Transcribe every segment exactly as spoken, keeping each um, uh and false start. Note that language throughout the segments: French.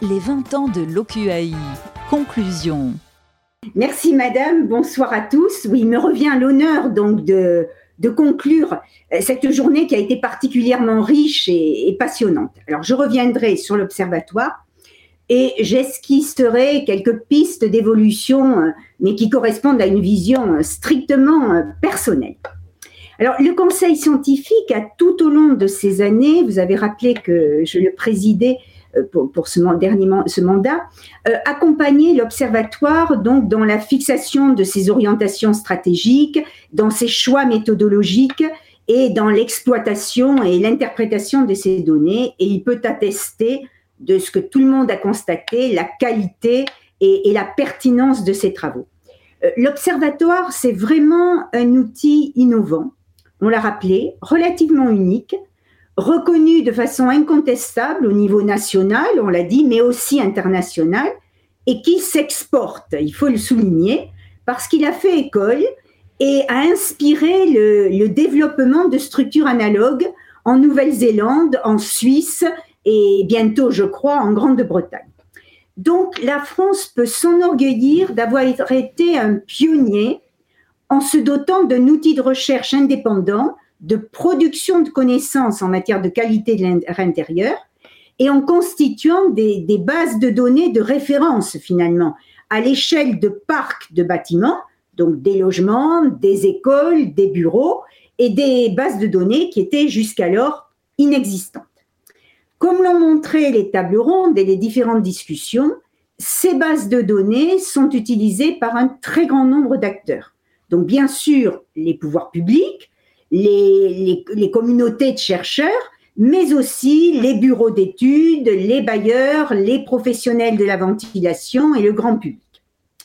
Les vingt ans de l'O Q A I. Conclusion. Merci madame, bonsoir à tous. Oui, il me revient l'honneur donc de, de conclure cette journée qui a été particulièrement riche et, et passionnante. Alors je reviendrai sur l'observatoire et j'esquisserai quelques pistes d'évolution, mais qui correspondent à une vision strictement personnelle. Alors le conseil scientifique a tout au long de ces années, vous avez rappelé que je le présidais pour, pour ce dernier ce mandat, euh, accompagner l'observatoire donc dans la fixation de ses orientations stratégiques, dans ses choix méthodologiques et dans l'exploitation et l'interprétation de ces données. Et il peut attester de ce que tout le monde a constaté, la qualité et, et la pertinence de ces travaux. Euh, l'observatoire, c'est vraiment un outil innovant, on l'a rappelé, relativement unique, reconnu de façon incontestable au niveau national, on l'a dit, mais aussi international, et qui s'exporte, il faut le souligner, parce qu'il a fait école et a inspiré le, le développement de structures analogues en Nouvelle-Zélande, en Suisse et bientôt, je crois, en Grande-Bretagne. Donc, la France peut s'enorgueillir d'avoir été un pionnier en se dotant d'un outil de recherche indépendant, de production de connaissances en matière de qualité de l'air intérieur et en constituant des, des bases de données de référence finalement à l'échelle de parcs de bâtiments, donc des logements, des écoles, des bureaux et des bases de données qui étaient jusqu'alors inexistantes. Comme l'ont montré les tables rondes et les différentes discussions, ces bases de données sont utilisées par un très grand nombre d'acteurs. Donc bien sûr les pouvoirs publics, Les, les, les communautés de chercheurs, mais aussi les bureaux d'études, les bailleurs, les professionnels de la ventilation et le grand public.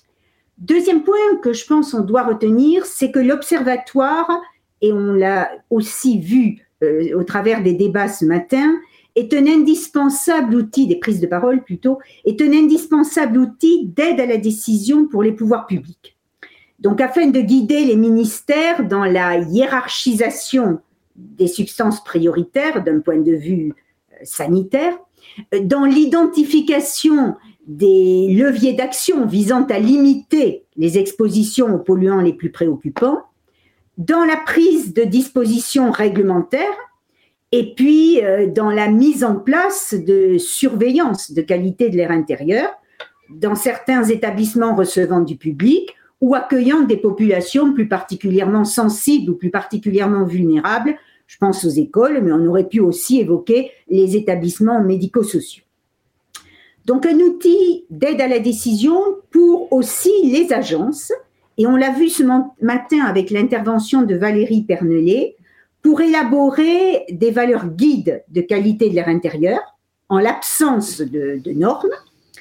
Deuxième point que je pense on doit retenir, c'est que l'observatoire, et on l'a aussi vu euh, au travers des débats ce matin, est un indispensable outil, des prises de parole plutôt, est un indispensable outil d'aide à la décision pour les pouvoirs publics. Donc, afin de guider les ministères dans la hiérarchisation des substances prioritaires d'un point de vue sanitaire, dans l'identification des leviers d'action visant à limiter les expositions aux polluants les plus préoccupants, dans la prise de dispositions réglementaires et puis dans la mise en place de surveillance de qualité de l'air intérieur dans certains établissements recevant du public ou accueillant des populations plus particulièrement sensibles ou plus particulièrement vulnérables. Je pense aux écoles, mais on aurait pu aussi évoquer les établissements médico-sociaux. Donc un outil d'aide à la décision pour aussi les agences, et on l'a vu ce matin avec l'intervention de Valérie Pernelet, pour élaborer des valeurs guides de qualité de l'air intérieur, en l'absence de, de normes,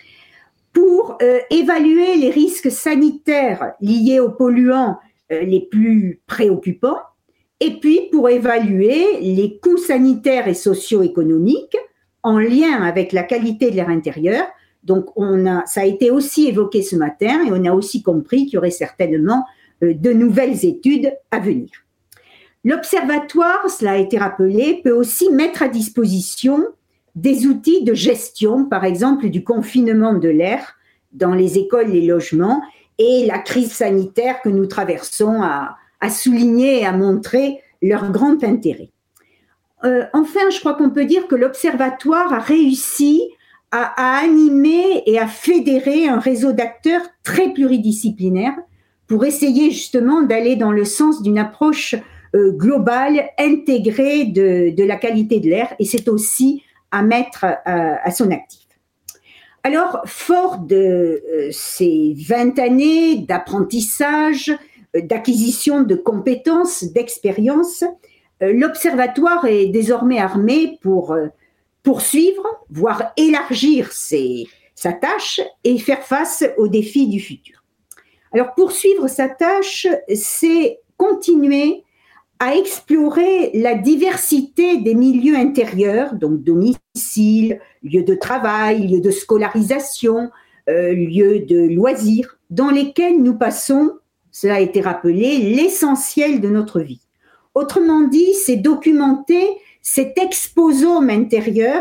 pour euh, évaluer les risques sanitaires liés aux polluants euh, les plus préoccupants, et puis pour évaluer les coûts sanitaires et socio-économiques en lien avec la qualité de l'air intérieur. Donc, on a, ça a été aussi évoqué ce matin, et on a aussi compris qu'il y aurait certainement euh, de nouvelles études à venir. L'observatoire, cela a été rappelé, peut aussi mettre à disposition des outils de gestion, par exemple du confinement de l'air dans les écoles, les logements, et la crise sanitaire que nous traversons a, a souligné et a montré leur grand intérêt. Euh, enfin, je crois qu'on peut dire que l'observatoire a réussi à, à animer et à fédérer un réseau d'acteurs très pluridisciplinaire pour essayer justement d'aller dans le sens d'une approche euh, globale, intégrée de, de la qualité de l'air, et c'est aussi à mettre à, à son actif. Alors, fort de euh, ces vingt années d'apprentissage, euh, d'acquisition de compétences, d'expériences, euh, l'Observatoire est désormais armé pour euh, poursuivre, voire élargir ses, sa tâche et faire face aux défis du futur. Alors, poursuivre sa tâche, c'est continuer à explorer la diversité des milieux intérieurs, donc domicile, lieu de travail, lieu de scolarisation, euh, lieu de loisirs, dans lesquels nous passons, cela a été rappelé, l'essentiel de notre vie. Autrement dit, c'est documenter cet exposome intérieur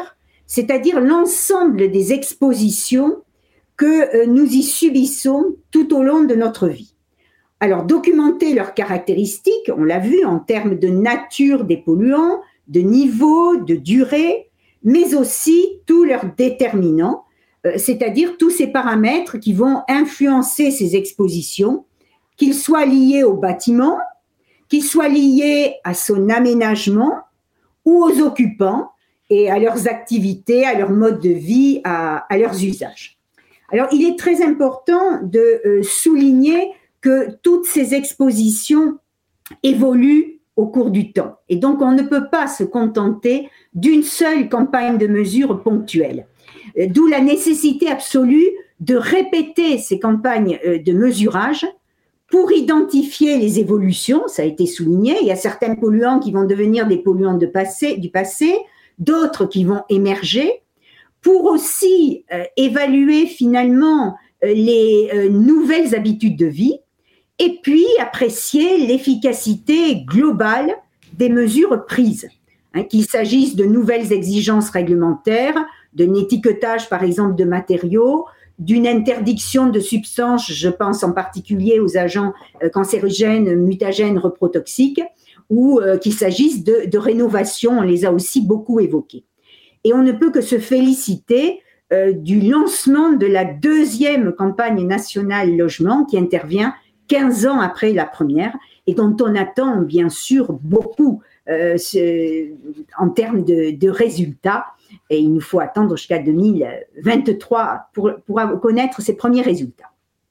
c'est-à-dire l'ensemble des expositions que nous y subissons tout au long de notre vie. Alors, documenter leurs caractéristiques, on l'a vu en termes de nature des polluants, de niveau, de durée, mais aussi tous leurs déterminants, euh, c'est-à-dire tous ces paramètres qui vont influencer ces expositions, qu'ils soient liés au bâtiment, qu'ils soient liés à son aménagement ou aux occupants et à leurs activités, à leur mode de vie, à, à leurs usages. Alors, il est très important de euh, souligner que toutes ces expositions évoluent au cours du temps. Et donc, on ne peut pas se contenter d'une seule campagne de mesure ponctuelle. Euh, d'où la nécessité absolue de répéter ces campagnes euh, de mesurage pour identifier les évolutions. Ça a été souligné. Il y a certains polluants qui vont devenir des polluants de passé, du passé, d'autres qui vont émerger, pour aussi euh, évaluer finalement euh, les euh, nouvelles habitudes de vie et puis apprécier l'efficacité globale des mesures prises, hein, qu'il s'agisse de nouvelles exigences réglementaires, d'un étiquetage par exemple de matériaux, d'une interdiction de substances, je pense en particulier aux agents euh, cancérigènes, mutagènes, reprotoxiques, ou euh, qu'il s'agisse de, de rénovation, on les a aussi beaucoup évoqués. Et on ne peut que se féliciter euh, du lancement de la deuxième campagne nationale logement qui intervient quinze ans après la première et dont on attend bien sûr beaucoup euh, ce, en termes de, de résultats. Et il nous faut attendre jusqu'à deux mille vingt-trois pour, pour connaître ces premiers résultats.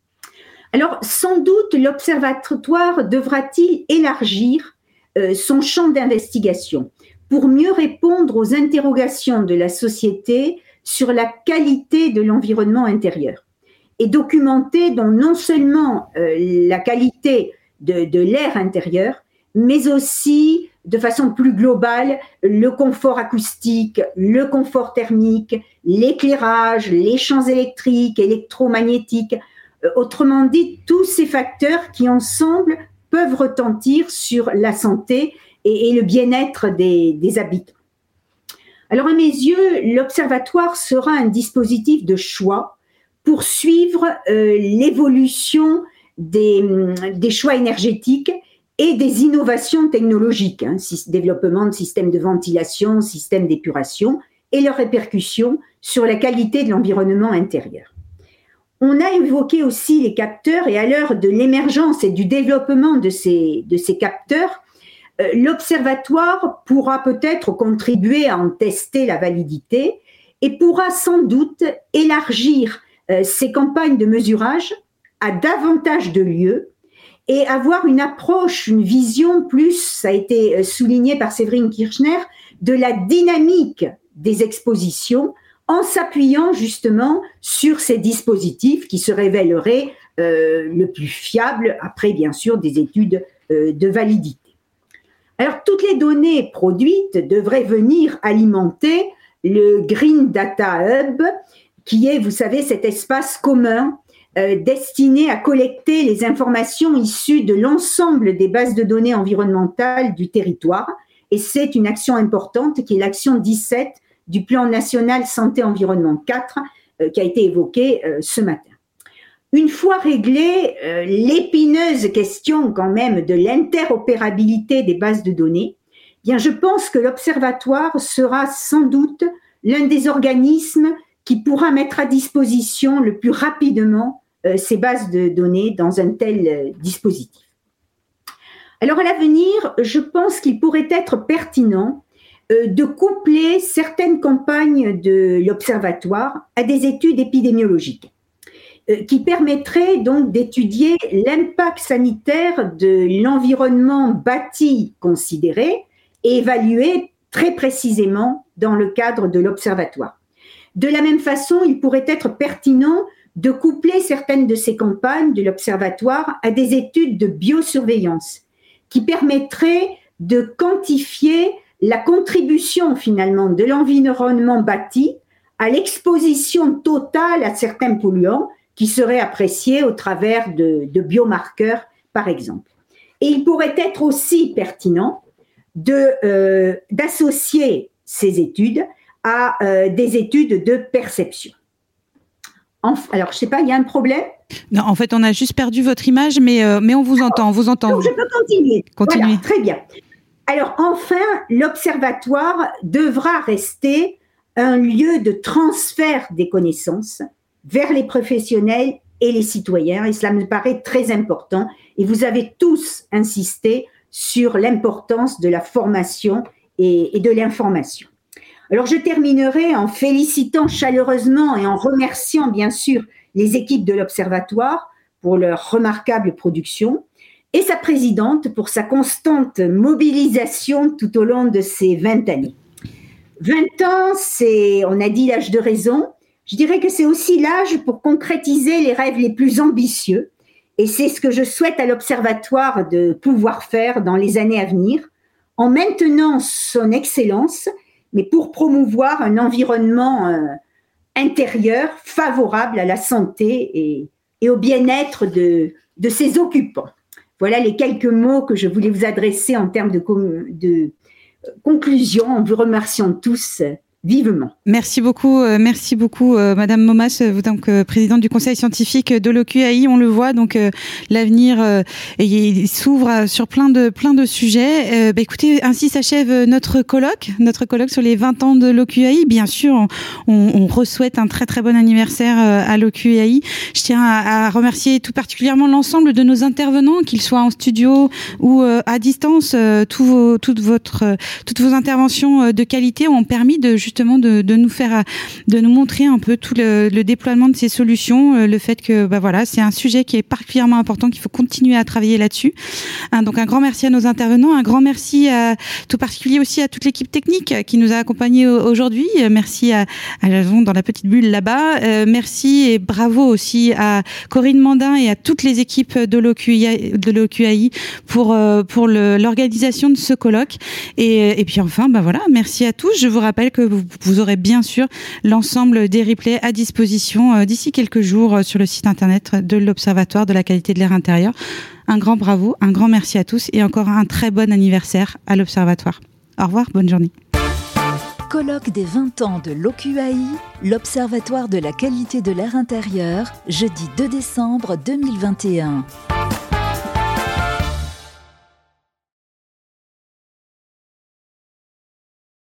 Alors, sans doute, l'Observatoire devra-t-il élargir euh, son champ d'investigation pour mieux répondre aux interrogations de la société sur la qualité de l'environnement intérieur et documenter donc non seulement euh, la qualité de, de l'air intérieur, mais aussi de façon plus globale le confort acoustique, le confort thermique, l'éclairage, les champs électriques, électromagnétiques, euh, autrement dit tous ces facteurs qui ensemble peuvent retentir sur la santé et le bien-être des, des habitants. Alors, à mes yeux, l'Observatoire sera un dispositif de choix pour suivre euh, l'évolution des, des choix énergétiques et des innovations technologiques, hein, développement de systèmes de ventilation, systèmes d'épuration et leurs répercussions sur la qualité de l'environnement intérieur. On a évoqué aussi les capteurs et à l'heure de l'émergence et du développement de ces, de ces capteurs, euh, l'Observatoire pourra peut-être contribuer à en tester la validité et pourra sans doute élargir euh, ces campagnes de mesurage à davantage de lieux et avoir une approche, une vision plus, ça a été souligné par Séverine Kirchner, de la dynamique des expositions en s'appuyant justement sur ces dispositifs qui se révéleraient euh, le plus fiables après, bien sûr, des études euh, de validité. Alors, toutes les données produites devraient venir alimenter le Green Data Hub, qui est, vous savez, cet espace commun euh, destiné à collecter les informations issues de l'ensemble des bases de données environnementales du territoire. Et c'est une action importante qui est l'action dix-sept du plan national santé-environnement quatre euh, qui a été évoqué euh, ce matin. Une fois réglée euh, l'épineuse question quand même de l'interopérabilité des bases de données, eh bien je pense que l'Observatoire sera sans doute l'un des organismes qui pourra mettre à disposition le plus rapidement euh, ces bases de données dans un tel euh, dispositif. Alors à l'avenir, je pense qu'il pourrait être pertinent euh, de coupler certaines campagnes de l'Observatoire à des études épidémiologiques euh, qui permettraient donc d'étudier l'impact sanitaire de l'environnement bâti considéré et évalué très précisément dans le cadre de l'Observatoire. De la même façon, il pourrait être pertinent de coupler certaines de ces campagnes de l'Observatoire à des études de biosurveillance qui permettraient de quantifier la contribution finalement de l'environnement bâti à l'exposition totale à certains polluants qui seraient appréciés au travers de, de biomarqueurs, par exemple. Et il pourrait être aussi pertinent de, euh, d'associer ces études à euh, des études de perception. Enfin, alors, je ne sais pas, il y a un problème ? Non, en fait, on a juste perdu votre image, mais, euh, mais on vous alors, entend, on vous entend. Donc, je peux continuer. Continuez. Voilà, très bien. Alors, enfin, l'observatoire devra rester un lieu de transfert des connaissances vers les professionnels et les citoyens, et cela me paraît très important. Et vous avez tous insisté sur l'importance de la formation et, et de l'information. Alors, je terminerai en félicitant chaleureusement et en remerciant, bien sûr, les équipes de l'Observatoire pour leur remarquable production et sa présidente pour sa constante mobilisation tout au long de ces vingt années. vingt ans, c'est, on a dit, l'âge de raison. Je dirais que c'est aussi l'âge pour concrétiser les rêves les plus ambitieux. Et c'est ce que je souhaite à l'Observatoire de pouvoir faire dans les années à venir, en maintenant son excellence, mais pour promouvoir un environnement euh, intérieur favorable à la santé et, et au bien-être de, de ses occupants. Voilà les quelques mots que je voulais vous adresser en termes de, de conclusion, en vous remerciant tous vivement. Merci beaucoup, euh, merci beaucoup, euh, Madame Momas, vous donc euh, présidente du conseil scientifique de l'O Q A I. On le voit, donc euh, l'avenir euh, il s'ouvre sur plein de plein de sujets. Euh, bah, écoutez, ainsi s'achève notre colloque, notre colloque sur les vingt ans de l'O Q A I. Bien sûr, on, on re-souhaite un très très bon anniversaire euh, à l'O Q A I. Je tiens à, à remercier tout particulièrement l'ensemble de nos intervenants, qu'ils soient en studio ou euh, à distance. Euh, tous vos, toute votre, euh, toutes vos interventions de qualité ont permis de justement De, de nous faire, de nous montrer un peu tout le, le déploiement de ces solutions, le fait que, bah voilà, c'est un sujet qui est particulièrement important, qu'il faut continuer à travailler là-dessus. Hein, donc un grand merci à nos intervenants, un grand merci à, tout particulier aussi à toute l'équipe technique qui nous a accompagnés aujourd'hui. Merci à, à Jason dans la petite bulle là-bas. Euh, merci et bravo aussi à Corinne Mandin et à toutes les équipes de l'O Q A I, de l'O Q A I pour euh, pour le, l'organisation de ce colloque. Et, et puis enfin, bah voilà, merci à tous. Je vous rappelle que vous Vous aurez bien sûr l'ensemble des replays à disposition euh, d'ici quelques jours euh, sur le site internet de l'Observatoire de la qualité de l'air intérieur. Un grand bravo, un grand merci à tous et encore un très bon anniversaire à l'Observatoire. Au revoir, bonne journée. Colloque des vingt ans de l'O Q A I, l'Observatoire de la qualité de l'air intérieur, jeudi deux décembre deux mille vingt et un.